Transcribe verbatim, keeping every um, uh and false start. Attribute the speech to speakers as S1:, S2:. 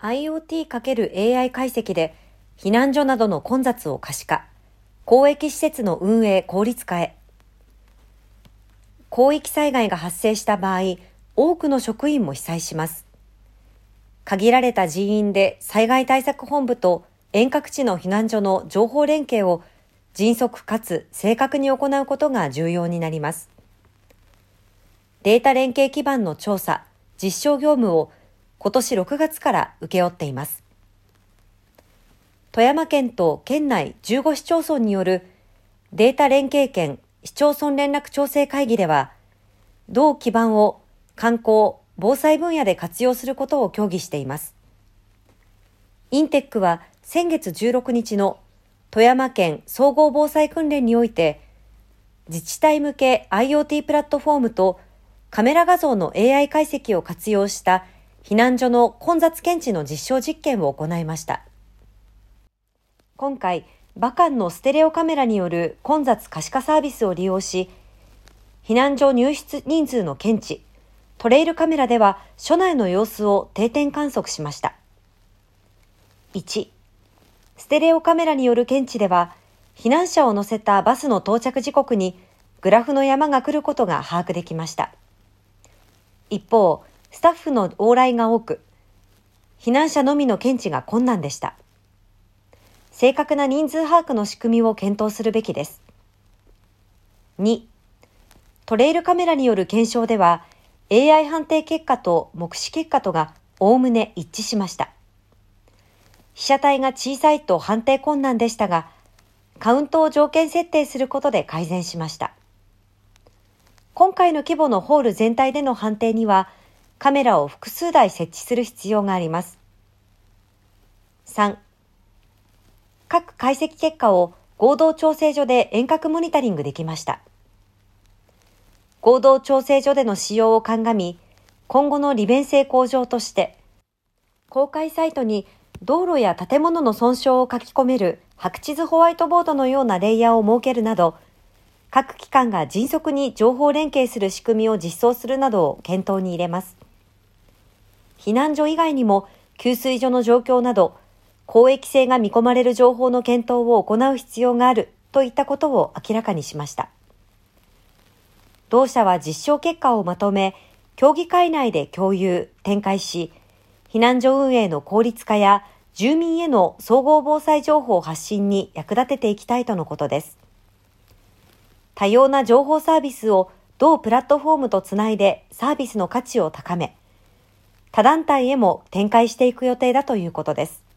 S1: IoT×エーアイ 解析で避難所などの混雑を可視化、公益施設の運営効率化へ。広域災害が発生した場合、多くの職員も被災します。限られた人員で災害対策本部と遠隔地の避難所の情報連携を迅速かつ正確に行うことが重要になります。データ連携基盤の調査、実証業務を今年ろくがつから請け負っています。富山県と県内じゅうご市町村によるデータ連携県市町村連絡調整会議では、同基盤を観光・防災分野で活用することを協議しています。インテックは先月じゅうろくにちの富山県総合防災訓練において、自治体向け IoT プラットフォームとカメラ画像の エーアイ 解析を活用した避難所の混雑検知の実証実験を行いました。今回、バカンのステレオカメラによる混雑可視化サービスを利用し、避難所入室人数の検知、トレイルカメラでは所内の様子を定点観測しました。いち、ステレオカメラによる検知では、避難者を乗せたバスの到着時刻にグラフの山が来ることが把握できました。一方、スタッフの往来が多く、避難者のみの検知が困難でした。正確な人数把握の仕組みを検討するべきです。に、トレイルカメラによる検証では、エーアイ 判定結果と目視結果とがおおむね一致しました。被写体が小さいと判定困難でしたが、カウントを条件設定することで改善しました。今回の規模のホール全体での判定には、カメラを複数台設置する必要があります。さん、各解析結果を合同調整所で遠隔モニタリングできました。合同調整所での使用を鑑み、今後の利便性向上として、公開サイトに道路や建物の損傷を書き込める白地図ホワイトボードのようなレイヤーを設けるなど、各機関が迅速に情報連携する仕組みを実装するなどを検討に入れます。避難所以外にも給水所の状況など、公益性が見込まれる情報の検討を行う必要があるといったことを明らかにしました。同社は実証結果をまとめ、協議会内で共有、展開し、避難所運営の効率化や住民への総合防災情報発信に役立てていきたいとのことです。多様な情報サービスを同プラットフォームとつないでサービスの価値を高め、他団体へも展開していく予定だということです。